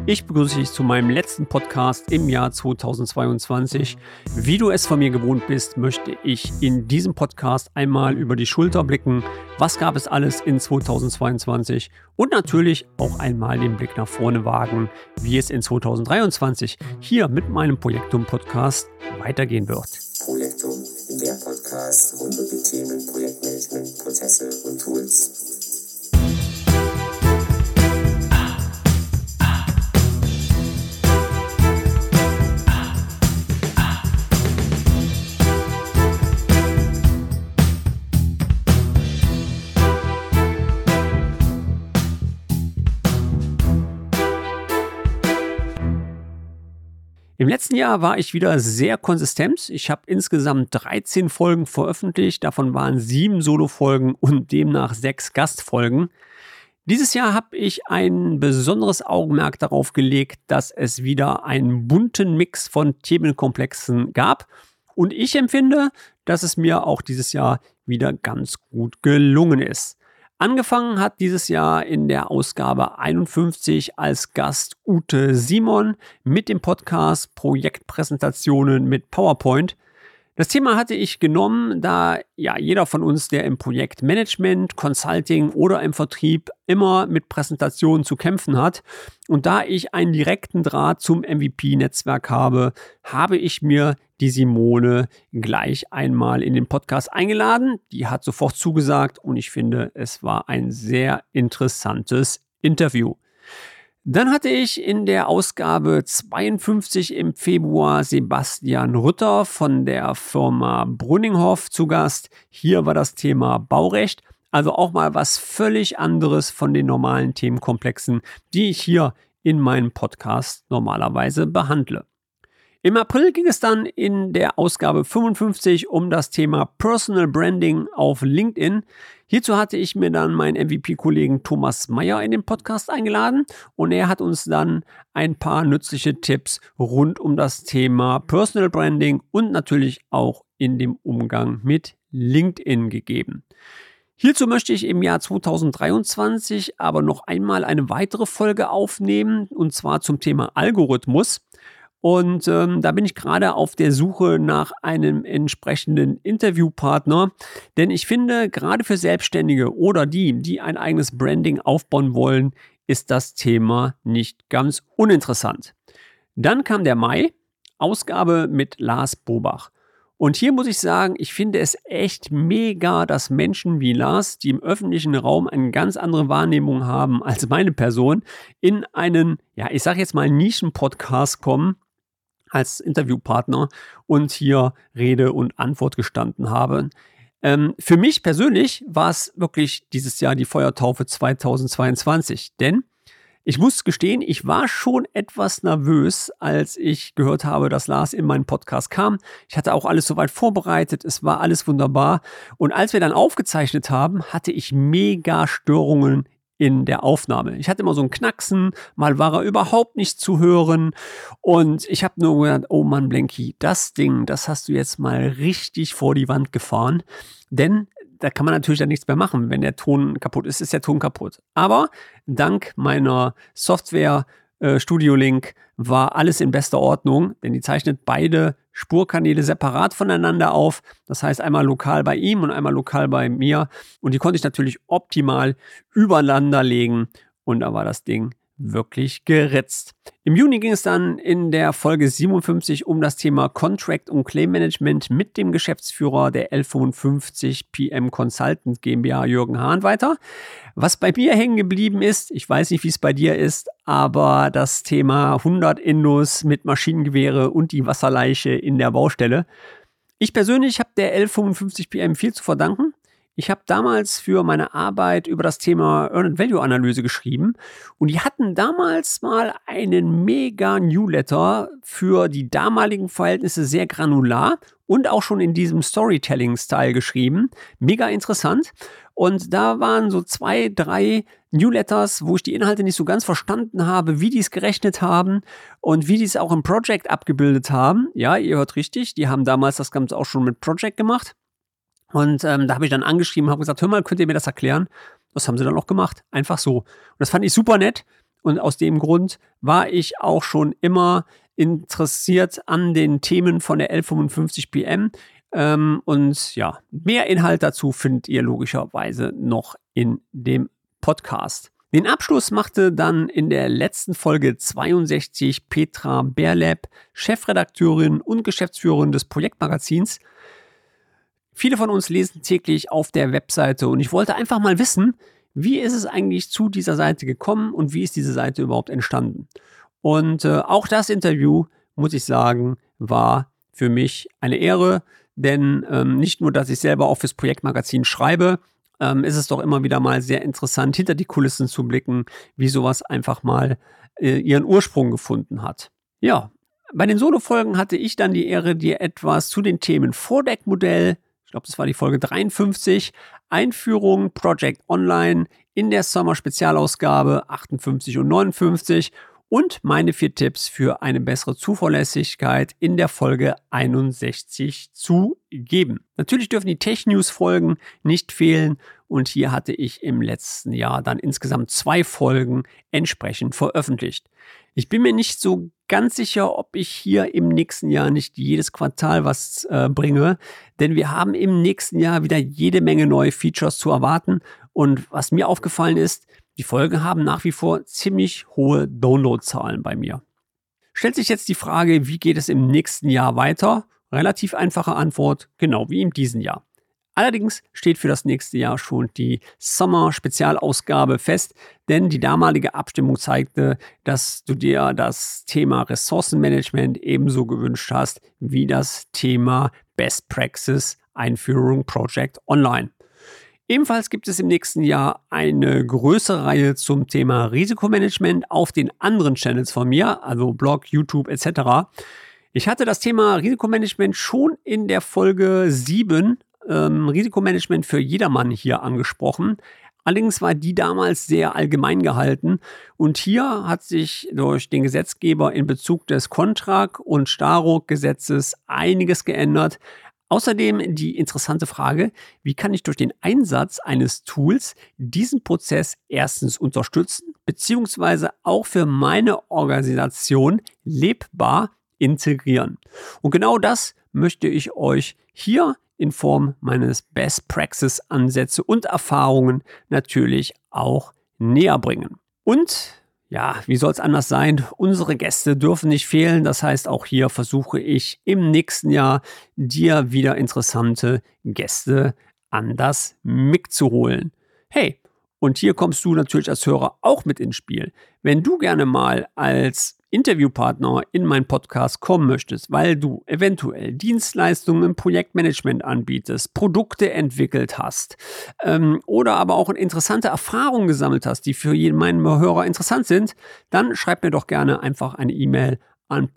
Ich begrüße dich zu meinem letzten Podcast im Jahr 2022. Wie du es von mir gewohnt bist, möchte ich in diesem Podcast einmal über die Schulter blicken. Was gab es alles in 2022? Und natürlich auch einmal den Blick nach vorne wagen, wie es in 2023 hier mit meinem Projektum-Podcast weitergehen wird. Projektum, der Podcast rund um die Themen Projektmanagement, Prozesse und Tools. Im letzten Jahr war ich wieder sehr konsistent. Ich habe insgesamt 13 Folgen veröffentlicht, davon waren 7 Solo-Folgen und demnach 6 Gastfolgen. Dieses Jahr habe ich ein besonderes Augenmerk darauf gelegt, dass es wieder einen bunten Mix von Themenkomplexen gab. Und ich empfinde, dass es mir auch dieses Jahr wieder ganz gut gelungen ist. Angefangen hat dieses Jahr in der Ausgabe 51 als Gast Ute Simon mit dem Podcast Projektpräsentationen mit PowerPoint. Das Thema hatte ich genommen, da ja jeder von uns, der im Projektmanagement, Consulting oder im Vertrieb immer mit Präsentationen zu kämpfen hat. Und da ich einen direkten Draht zum MVP-Netzwerk habe, habe ich mir die Simone gleich einmal in den Podcast eingeladen. Die hat sofort zugesagt und ich finde, es war ein sehr interessantes Interview. Dann hatte ich in der Ausgabe 52 im Februar Sebastian Rütter von der Firma Brünninghoff zu Gast. Hier war das Thema Baurecht, also auch mal was völlig anderes von den normalen Themenkomplexen, die ich hier in meinem Podcast normalerweise behandle. Im April ging es dann in der Ausgabe 55 um das Thema Personal Branding auf LinkedIn. Hierzu hatte ich mir dann meinen MVP-Kollegen Thomas Meyer in den Podcast eingeladen und er hat uns dann ein paar nützliche Tipps rund um das Thema Personal Branding und natürlich auch in dem Umgang mit LinkedIn gegeben. Hierzu möchte ich im Jahr 2023 aber noch einmal eine weitere Folge aufnehmen und zwar zum Thema Algorithmus. Und da bin ich gerade auf der Suche nach einem entsprechenden Interviewpartner, denn ich finde, gerade für Selbstständige oder die ein eigenes Branding aufbauen wollen, ist das Thema nicht ganz uninteressant. Dann kam der Mai, Ausgabe mit Lars Bobach. Und hier muss ich sagen, ich finde es echt mega, dass Menschen wie Lars, die im öffentlichen Raum eine ganz andere Wahrnehmung haben als meine Person, in einen, ja, ich sage jetzt mal Nischen-Podcast kommen, als Interviewpartner und hier Rede und Antwort gestanden haben. Für mich persönlich war es wirklich dieses Jahr die Feuertaufe 2022, denn ich muss gestehen, ich war schon etwas nervös, als ich gehört habe, dass Lars in meinen Podcast kam. Ich hatte auch alles soweit vorbereitet, es war alles wunderbar und als wir dann aufgezeichnet haben, hatte ich mega Störungen in der Aufnahme. Ich hatte immer so ein Knacksen, mal war er überhaupt nicht zu hören und ich habe nur gedacht, oh Mann, Blanky, das Ding, das hast du jetzt mal richtig vor die Wand gefahren, denn da kann man natürlich dann nichts mehr machen. Wenn der Ton kaputt ist, ist der Ton kaputt. Aber dank meiner Software Studio Link war alles in bester Ordnung, denn die zeichnet beide Spurkanäle separat voneinander auf. Das heißt einmal lokal bei ihm und einmal lokal bei mir. Und die konnte ich natürlich optimal übereinander legen. Und da war das Ding wirklich geritzt. Im Juni ging es dann in der Folge 57 um das Thema Contract und Claim Management mit dem Geschäftsführer der L55 PM Consultant GmbH Jürgen Hahn weiter. Was bei mir hängen geblieben ist, ich weiß nicht, wie es bei dir ist, aber das Thema 100 Indos mit Maschinengewehre und die Wasserleiche in der Baustelle. Ich persönlich habe der L55 PM viel zu verdanken. Ich habe damals für meine Arbeit über das Thema Earned-Value-Analyse geschrieben und die hatten damals mal einen mega Newsletter für die damaligen Verhältnisse sehr granular und auch schon in diesem Storytelling-Style geschrieben. Mega interessant. Und da waren so 2, 3 Newsletters, wo ich die Inhalte nicht so ganz verstanden habe, wie die es gerechnet haben und wie die es auch im Project abgebildet haben. Ja, ihr hört richtig, die haben damals das Ganze auch schon mit Project gemacht. Und da habe ich dann angeschrieben, habe gesagt, hör mal, könnt ihr mir das erklären? Das haben sie dann auch gemacht, einfach so. Und das fand ich super nett. Und aus dem Grund war ich auch schon immer interessiert an den Themen von der L55 PM. Und ja, mehr Inhalt dazu findet ihr logischerweise noch in dem Podcast. Den Abschluss machte dann in der letzten Folge 62 Petra Berleb, Chefredakteurin und Geschäftsführerin des Projektmagazins. Viele von uns lesen täglich auf der Webseite und ich wollte einfach mal wissen, wie ist es eigentlich zu dieser Seite gekommen und wie ist diese Seite überhaupt entstanden? Und auch das Interview, muss ich sagen, war für mich eine Ehre, denn nicht nur, dass ich selber auch fürs Projektmagazin schreibe, ist es doch immer wieder mal sehr interessant, hinter die Kulissen zu blicken, wie sowas einfach mal ihren Ursprung gefunden hat. Ja, bei den Solo-Folgen hatte ich dann die Ehre, dir etwas zu den Themen Vordeckmodell, ich glaube, das war die Folge 53, Einführung Project Online in der Sommer-Spezialausgabe 58 und 59 und meine 4 Tipps für eine bessere Zuverlässigkeit in der Folge 61 zu geben. Natürlich dürfen die Tech-News-Folgen nicht fehlen und hier hatte ich im letzten Jahr dann insgesamt 2 Folgen entsprechend veröffentlicht. Ich bin mir nicht so ganz sicher, ob ich hier im nächsten Jahr nicht jedes Quartal was bringe, denn wir haben im nächsten Jahr wieder jede Menge neue Features zu erwarten und was mir aufgefallen ist, die Folgen haben nach wie vor ziemlich hohe Downloadzahlen bei mir. Stellt sich jetzt die Frage, wie geht es im nächsten Jahr weiter? Relativ einfache Antwort, genau wie in diesem Jahr. Allerdings steht für das nächste Jahr schon die Sommer-Spezialausgabe fest, denn die damalige Abstimmung zeigte, dass du dir das Thema Ressourcenmanagement ebenso gewünscht hast wie das Thema Best Practice Einführung Project Online. Ebenfalls gibt es im nächsten Jahr eine größere Reihe zum Thema Risikomanagement auf den anderen Channels von mir, also Blog, YouTube etc. Ich hatte das Thema Risikomanagement schon in der Folge 7, Risikomanagement für jedermann hier angesprochen. Allerdings war die damals sehr allgemein gehalten und hier hat sich durch den Gesetzgeber in Bezug des Kontrag- und Staruk-Gesetzes einiges geändert. Außerdem die interessante Frage, wie kann ich durch den Einsatz eines Tools diesen Prozess erstens unterstützen, beziehungsweise auch für meine Organisation lebbar integrieren. Und genau das möchte ich euch hier in Form meines Best Practice Ansätze und Erfahrungen natürlich auch näher bringen. Und ja, wie soll es anders sein? Unsere Gäste dürfen nicht fehlen. Das heißt, auch hier versuche ich im nächsten Jahr dir wieder interessante Gäste an das Mic zu holen. Hey, und hier kommst du natürlich als Hörer auch mit ins Spiel. Wenn du gerne mal als Interviewpartner in meinen Podcast kommen möchtest, weil du eventuell Dienstleistungen im Projektmanagement anbietest, Produkte entwickelt hast oder aber auch interessante Erfahrungen gesammelt hast, die für jeden meinen Hörer interessant sind, dann schreib mir doch gerne einfach eine E-Mail an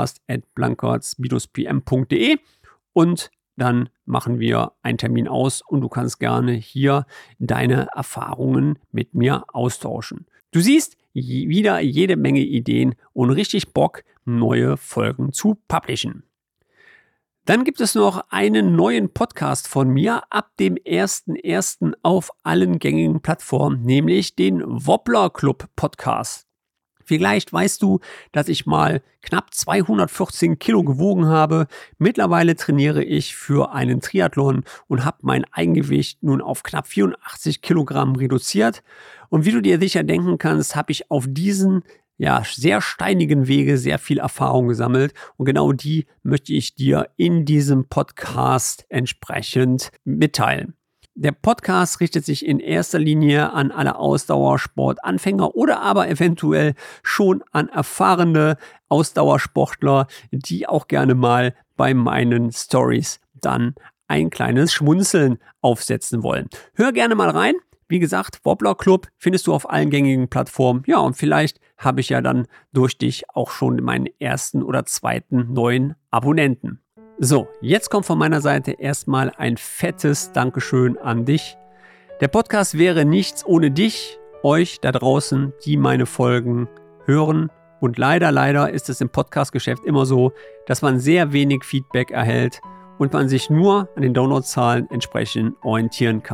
podcast@blankertz-pm.de und dann machen wir einen Termin aus und du kannst gerne hier deine Erfahrungen mit mir austauschen. Du siehst, wieder jede Menge Ideen und richtig Bock, neue Folgen zu publishen. Dann gibt es noch einen neuen Podcast von mir ab dem 1.1. auf allen gängigen Plattformen, nämlich den Wobbler Club Podcast. Vielleicht weißt du, dass ich mal knapp 214 Kilo gewogen habe. Mittlerweile trainiere ich für einen Triathlon und habe mein Eigengewicht nun auf knapp 84 Kilogramm reduziert. Und wie du dir sicher denken kannst, habe ich auf diesen sehr steinigen Wege sehr viel Erfahrung gesammelt. Und genau die möchte ich dir in diesem Podcast entsprechend mitteilen. Der Podcast richtet sich in erster Linie an alle Ausdauersportanfänger oder aber eventuell schon an erfahrene Ausdauersportler, die auch gerne mal bei meinen Stories dann ein kleines Schmunzeln aufsetzen wollen. Hör gerne mal rein. Wie gesagt, Wobbler Club findest du auf allen gängigen Plattformen. Ja, und vielleicht habe ich ja dann durch dich auch schon meinen ersten oder zweiten neuen Abonnenten. So, jetzt kommt von meiner Seite erstmal ein fettes Dankeschön an dich. Der Podcast wäre nichts ohne dich, euch da draußen, die meine Folgen hören. Und leider ist es im Podcast-Geschäft immer so, dass man sehr wenig Feedback erhält und man sich nur an den Downloadzahlen entsprechend orientieren kann.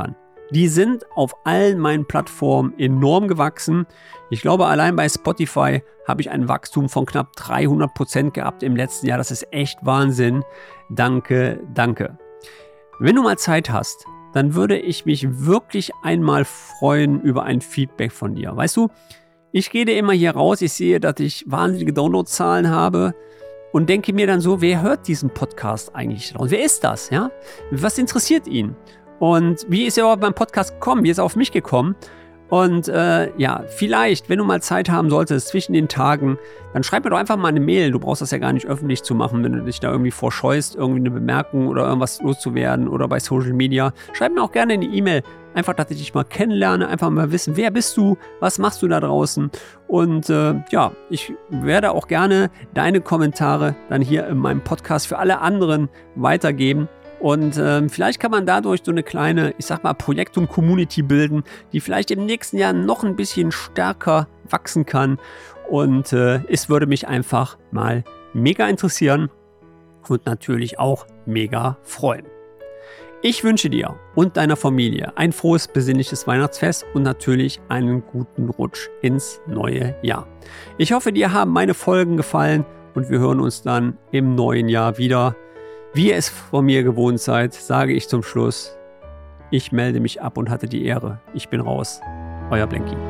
Die sind auf allen meinen Plattformen enorm gewachsen. Ich glaube, allein bei Spotify habe ich ein Wachstum von knapp 300% gehabt im letzten Jahr. Das ist echt Wahnsinn. Danke, danke. Wenn du mal Zeit hast, dann würde ich mich wirklich einmal freuen über ein Feedback von dir. Weißt du, ich gehe immer hier raus, ich sehe, dass ich wahnsinnige Downloadzahlen habe und denke mir dann so, wer hört diesen Podcast eigentlich? Und wer ist das? Ja? Was interessiert ihn? Und wie ist er überhaupt beim Podcast gekommen? Wie ist er auf mich gekommen? Und vielleicht, wenn du mal Zeit haben solltest zwischen den Tagen, dann schreib mir doch einfach mal eine Mail. Du brauchst das ja gar nicht öffentlich zu machen, wenn du dich da irgendwie vorscheust, irgendwie eine Bemerkung oder irgendwas loszuwerden oder bei Social Media. Schreib mir auch gerne eine E-Mail. Einfach, dass ich dich mal kennenlerne, einfach mal wissen, wer bist du, was machst du da draußen. Und ich werde auch gerne deine Kommentare dann hier in meinem Podcast für alle anderen weitergeben. Und vielleicht kann man dadurch so eine kleine, ich sag mal, Projekt- und Community bilden, die vielleicht im nächsten Jahr noch ein bisschen stärker wachsen kann. Und es würde mich einfach mal mega interessieren und natürlich auch mega freuen. Ich wünsche dir und deiner Familie ein frohes, besinnliches Weihnachtsfest und natürlich einen guten Rutsch ins neue Jahr. Ich hoffe, dir haben meine Folgen gefallen und wir hören uns dann im neuen Jahr wieder. Wie ihr es von mir gewohnt seid, sage ich zum Schluss, ich melde mich ab und hatte die Ehre. Ich bin raus. Euer Blenky.